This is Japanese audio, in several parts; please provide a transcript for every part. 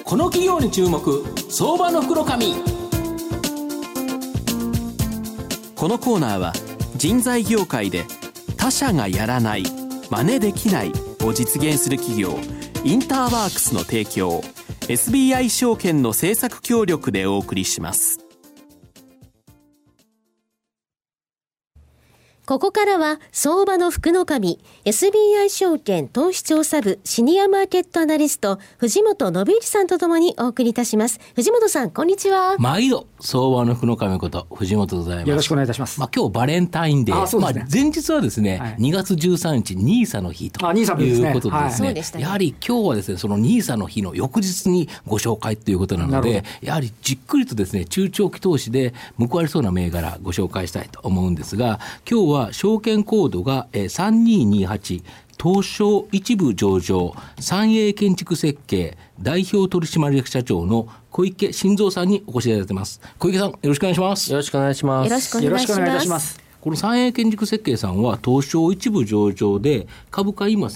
この企業に注目、相場の福の神。このコーナーは人材業界で他社がやらない、真似できないを実現する企業インターワークスの提供、 SBI 証券の政策協力でお送りします。 ここからは相場の福の神、 SBI 証券投資調査部シニアマーケットアナリスト藤本信之さんとともにお送りいたします。藤本さん、こんにちは。 毎度相場の福の神こと藤本でございます。 よろしくお願いいたします。 今日バレンタインデー、前日はですね、2月13日ニーサの日ということでですね、やはり今日はですね、そのニーサの日の翌日にご紹介ということなので、やはりじっくりとですね、中長期投資で報われそうな銘柄ご紹介したいと思うんですが、今日は証券コードが3228、東証一部上場三栄建築設計代表取締役社長の小池晋三さんにお越しいただいています。小池さん、よろしくお願いします。 よろしくお願いします。 よろしくお願いいたします。 この三栄建築設計さんは東証一部上場で株価今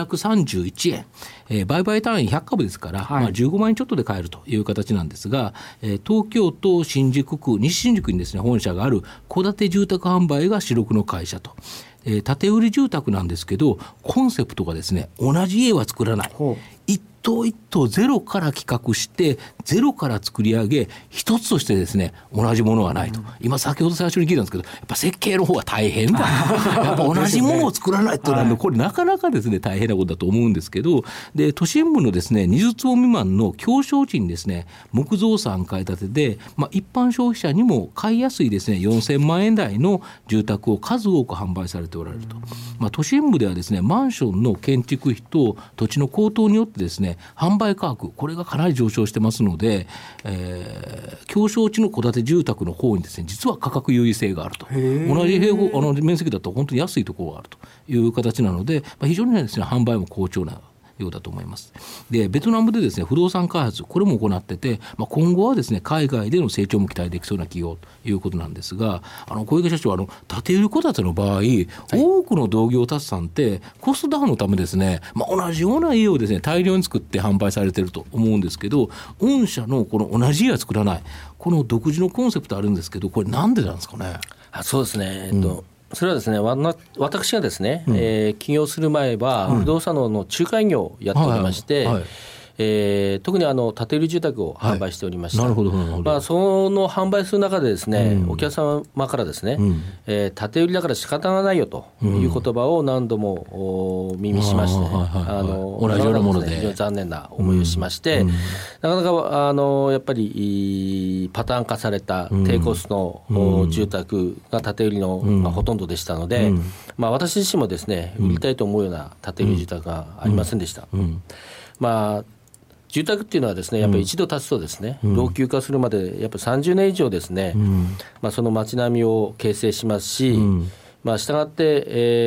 1531円、売買単位100株ですから、15万円ちょっとで買えるという形なんですが、東京都新宿区西新宿にですね、本社がある戸建て住宅販売が主力の会社と、建て売り住宅なんですけど、コンセプトがですね、同じ家は作らない、一棟一棟ゼロから企画してゼロから作り上げ、一つとしてですね、同じものはないと。今先ほど最初に聞いたんですけど、やっぱ設計の方が大変だやっぱ同じものを作らないとなるの、これなかなかですね、大変なことだと思うんですけど、で都心部のですね、20坪未満の狭小地にですね、木造3階建てで、一般消費者にも買いやすいですね、4000万円台の住宅を数多く販売されておられると。都心部ではですね、マンションの建築費と土地の高騰によってですね、販売価格、これがかなり上昇してますので、狭小地の戸建て住宅の方にですね、実は価格優位性があると。同じ平方面積だと本当に安いところがあるという形なので、非常にですね、販売も好調なようだと思います。でベトナムでですね、不動産開発、これも行ってて、今後はですね、海外での成長も期待できそうな企業ということなんですが、小池社長は建て売り戸建ての場合、多くの同業他社さんってコストダウンのためですね、同じような家をですね、大量に作って販売されていると思うんですけど、御社のこの同じ家は作らない、この独自のコンセプトあるんですけど、これなんでなんですかね。 そうですね、それはですね、私がですね、起業する前は不動産の仲介業をやっておりまして、特に建て売り住宅を販売しておりました。その販売する中でですね、お客様からですね、建て売りだから仕方がないよという言葉を何度も耳しまして、 同じようなもので非常に残念な思いをしまして、なかなかやっぱりパターン化された低コストの住宅が建て売りのほとんどでしたので、私自身もですね、売りたいと思うような建て売り住宅がありませんでした。住宅っていうのはですね、やっぱり一度建つとですね、老朽化するまでやっぱり30年以上ですね、その街並みを形成しますし、したがって、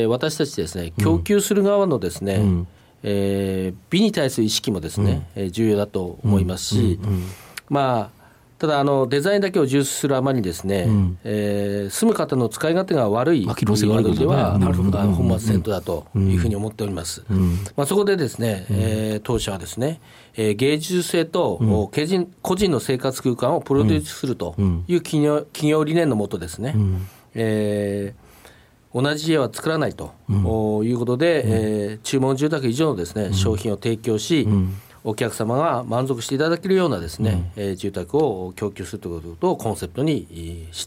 私たちですね、供給する側のですね、美に対する意識もですね、重要だと思いますし、ただデザインだけを重視するあまりにですね、住む方の使い勝手が悪いというわけでは本末転倒だというふうに思っております。そこでですね、当社はですね、芸術性と個人の生活空間をプロデュースするという企業理念のもとですね、同じ家は作らないということで、注文住宅以上のですね、商品を提供し、お客様が満足していただけるようなですね、住宅を供給するということをコンセプトにして、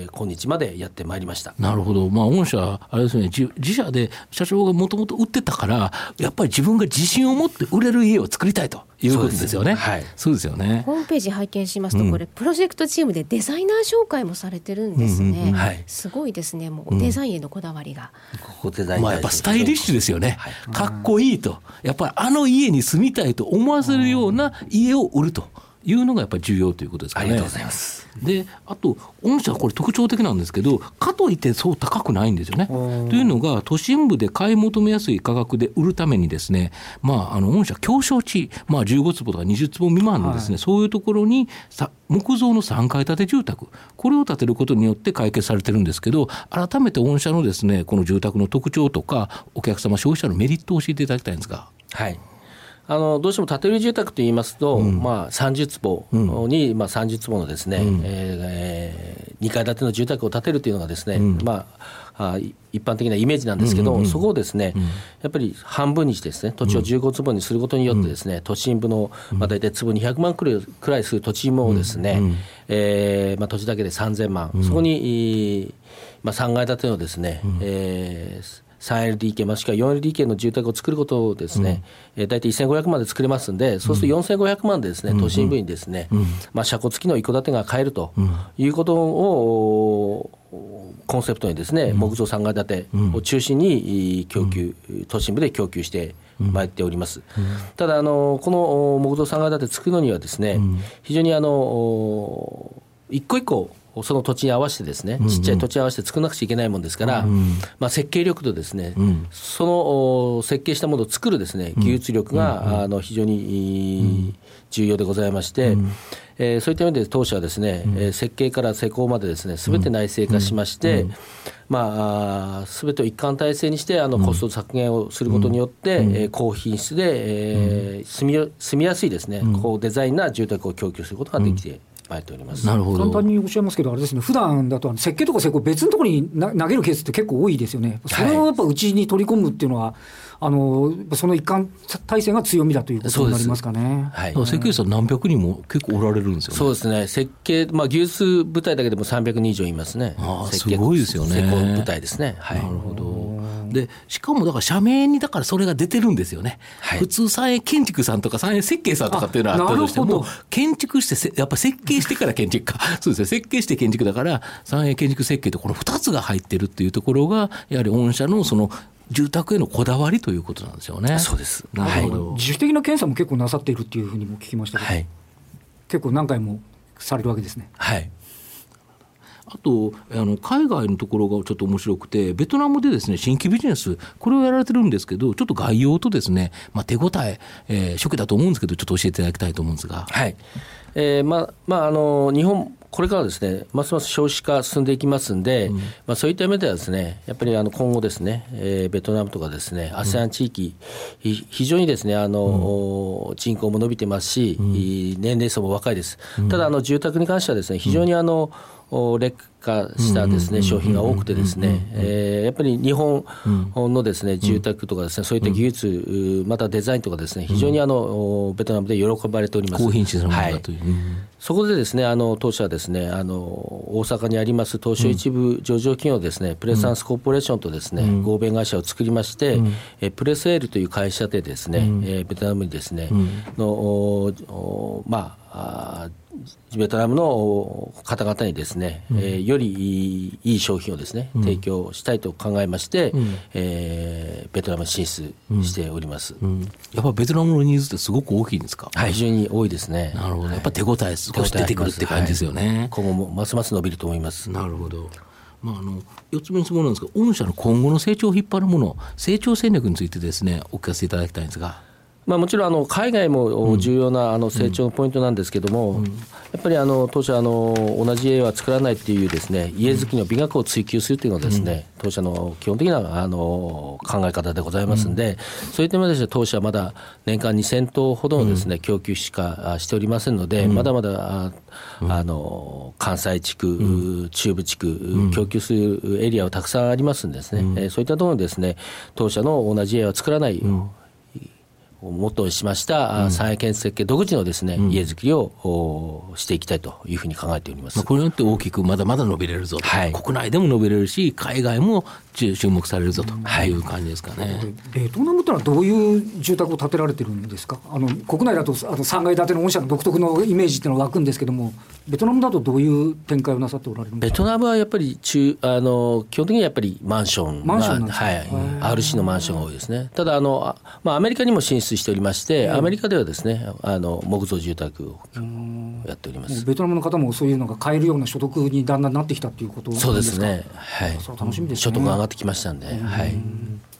今日までやってまいりました。 なるほど。御社あれですね、自社で社長がもともと売ってたから、やっぱり自分が自信を持って売れる家を作りたいということですよね。そうですよね。 ホームページ拝見しますと、これプロジェクトチームでデザイナー紹介もされてるんですね。すごいですね。もうデザインへのこだわりが、 やっぱスタイリッシュですよね。かっこいいと、やっぱり家に住みたいと思わせるような家を売るというのがやっぱり重要ということですかね。 ありがとうございます。 であと御社はこれ特徴的なんですけど、かといってそう高くないんですよね。というのが、都心部で買い求めやすい価格で売るためにですね、御社狭小地、15坪とか20坪未満のですね、そういうところに木造の3階建て住宅、これを建てることによって解決されてるんですけど、改めて御社のですね、この住宅の特徴とかお客様消費者のメリットを教えていただきたいんですが。 どうしても建て売り住宅といいますと、30坪に、30坪のですね、2階建ての住宅を建てるというのがですね、一般的なイメージなんですけど、そこをですね、やっぱり半分にしてですね、土地を15坪にすることによってですね、都心部の、大体坪200万くらいする土地をですね、土地だけで3000万、そこに、3階建てのですね、3LDK もしくは 4LDK の住宅を作ることをですね、大体1500万で作れますんで、そうすると4500万でですね、都心部にですね、車庫付きの一戸建てが買えるということをコンセプトにですね、木造3階建てを中心に都心部で供給してまいっております。ただこの木造3階建て作るのにはですね、非常に一個一個その土地に合わせてですね、ちっちゃい土地に合わせて作らなくちゃいけないもんですから、設計力とですね、その設計したものを作るですね、技術力が非常に重要でございまして、そういった意味で当社はですね、設計から施工までですね、すべて内製化しまして、すべてを一貫体制にしてコスト削減をすることによって、高品質で、住みやすいですね、デザインな住宅を供給することができてまいっております。 なるほど。 簡単におっしゃいますけど、あれですね、普段だと設計とか施工別のところに投げるケースって結構多いですよね。それをやっぱうちに取り込むっていうのは、その一貫体制が強みだということになりますかね。 設計士さん何百人も結構おられるんですよね。 そうですね。設計、技術部隊だけでも300人以上いますね。 すごいですよね。 施工部隊ですね。 なるほど。でしかもだから社名にだからそれが出てるんですよね。普通三栄建築さんとか三栄設計さんとかっていうのはあったとしても、建築してやっぱ設計してから建築かそうですね、設計して建築だから三栄建築設計とこの2つが入ってるっていうところがやはり御社のその住宅へのこだわりということなんですよね。 そうです。 なるほど。自主的な検査も結構なさっているっていうふうにも聞きましたけど、結構何回もされるわけですね。 あと海外のところがちょっと面白くて、ベトナムでですね、新規ビジネスこれをやられてるんですけど、ちょっと概要とですね、手応え、初期だと思うんですけど、ちょっと教えていただきたいと思うんですが。 日本これからですね、ますます少子化進んでいきますんで、そういった意味ではですね、やっぱり今後ですね、ベトナムとかですね、ASEAN 地域、非常にですね、人口も伸びてますし、年齢層も若いです。ただ住宅に関してはですね、非常に劣化したですね、商品が多くてですね、やっぱり日本のですね、住宅とかですね、そういった技術、またデザインとかですね、非常にベトナムで喜ばれております。 高品質なものだという。 そこでですね、当社はですね、大阪にあります東証一部上場企業ですね、プレサンスコーポレーションとですね、合弁会社を作りまして、プレスエールという会社でですね、ベトナムにですね、ベトナムの方々にですね、よりいい商品をですね、提供したいと考えまして、ベトナムに進出しております。 やっぱベトナムのニーズってすごく大きいんですか？ 非常に多いですね。 なるほど。やっぱ手応え少し出てくるって感じですよね。 今後もますます伸びると思います。 なるほど。4つ目の質問なんですが、御社の今後の成長を引っ張るもの、成長戦略についてですね、お聞かせいただきたいんですが。 もちろん海外も重要な成長のポイントなんですけども、やっぱり当社同じ家は作らないっていうですね、家づくりの美学を追求するというのがですね、当社の基本的な考え方でございますので、そういった意味で当社はまだ年間2000棟ほどのですね、供給しかしておりませんので、まだまだ関西地区、中部地区、供給するエリアはたくさんありますんでですね、そういったところにですね、当社の同じ家は作らないモットーにしました三栄建設設計独自のですね、家づくりをしていきたいというふうに考えております。 これによって大きくまだまだ伸びれるぞと、国内でも伸びれるし海外も注目されるぞという感じですかね。 ベトナムというのはどういう住宅を建てられてるんですか？国内だと3階建ての御社の独特のイメージっていうのが湧くんですけども、ベトナムだとどういう展開をなさっておられるんですか？ ベトナムはやっぱり基本的にはやっぱりマンションがRC のマンションが多いですね。ただアメリカにも進出しておりまして、アメリカではですね木造住宅をやっております。 ベトナムの方もそういうのが買えるような所得にだんだんなってきたということなんですか？ そうですね。 それは楽しみですね。 所得が上がってきましたんで、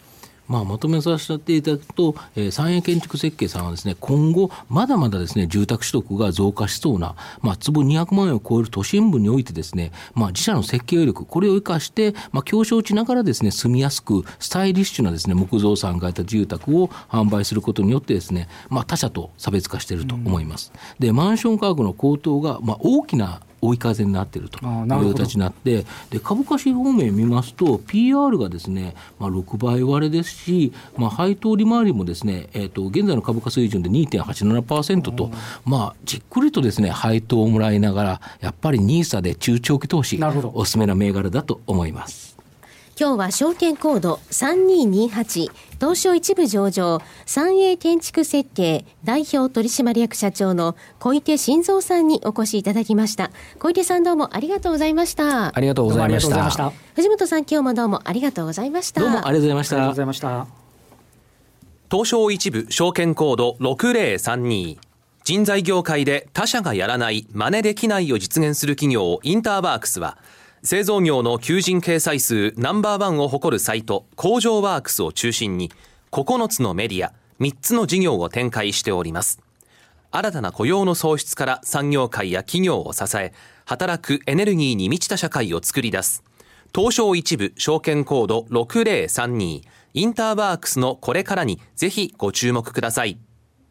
まとめさせていただくと、三栄建築設計さんはですね、今後まだまだですね、住宅取得が増加しそうな、坪200万円を超える都心部においてですね、自社の設計力、これを生かして、狭小地ながらですね、住みやすくスタイリッシュなですね、木造3階建て住宅を販売することによってですね、他社と差別化していると思います。で、マンション価格の高騰が、大きな追い風になっているという形になって、で株価指方面見ますと PR がですね、6倍割れですし、配当利回りもですね、現在の株価水準で 2.87% と、じっくりとですね配当をもらいながら、やっぱり NISA で中長期投資おすすめな銘柄だと思います。 今日は証券コード3228東証一部上場三栄建築設計代表取締役社長の小池伸三さんにお越しいただきました。小池さん、どうもありがとうございました。 ありがとうございました。 藤本さん、今日もどうもありがとうございました。 どうもありがとうございました。 ありがとうございました。 東証一部証券コード6032、人材業界で他社がやらない真似できないを実現する企業インターワークスは、製造業の求人掲載数ナンバーワンを誇るサイト工場ワークスを中心に9つのメディア3つの事業を展開しております。新たな雇用の創出から産業界や企業を支え、働くエネルギーに満ちた社会を作り出す東証一部証券コード6032インターワークスのこれからにぜひご注目ください。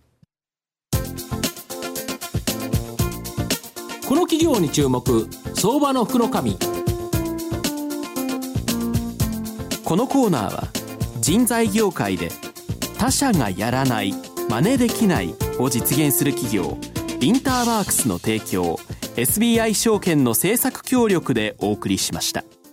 この企業に注目、相場の福の神。 このコーナーは人材業界で他社がやらない真似できないを実現する企業インターワークスの提供、SBI 証券の政策協力でお送りしました。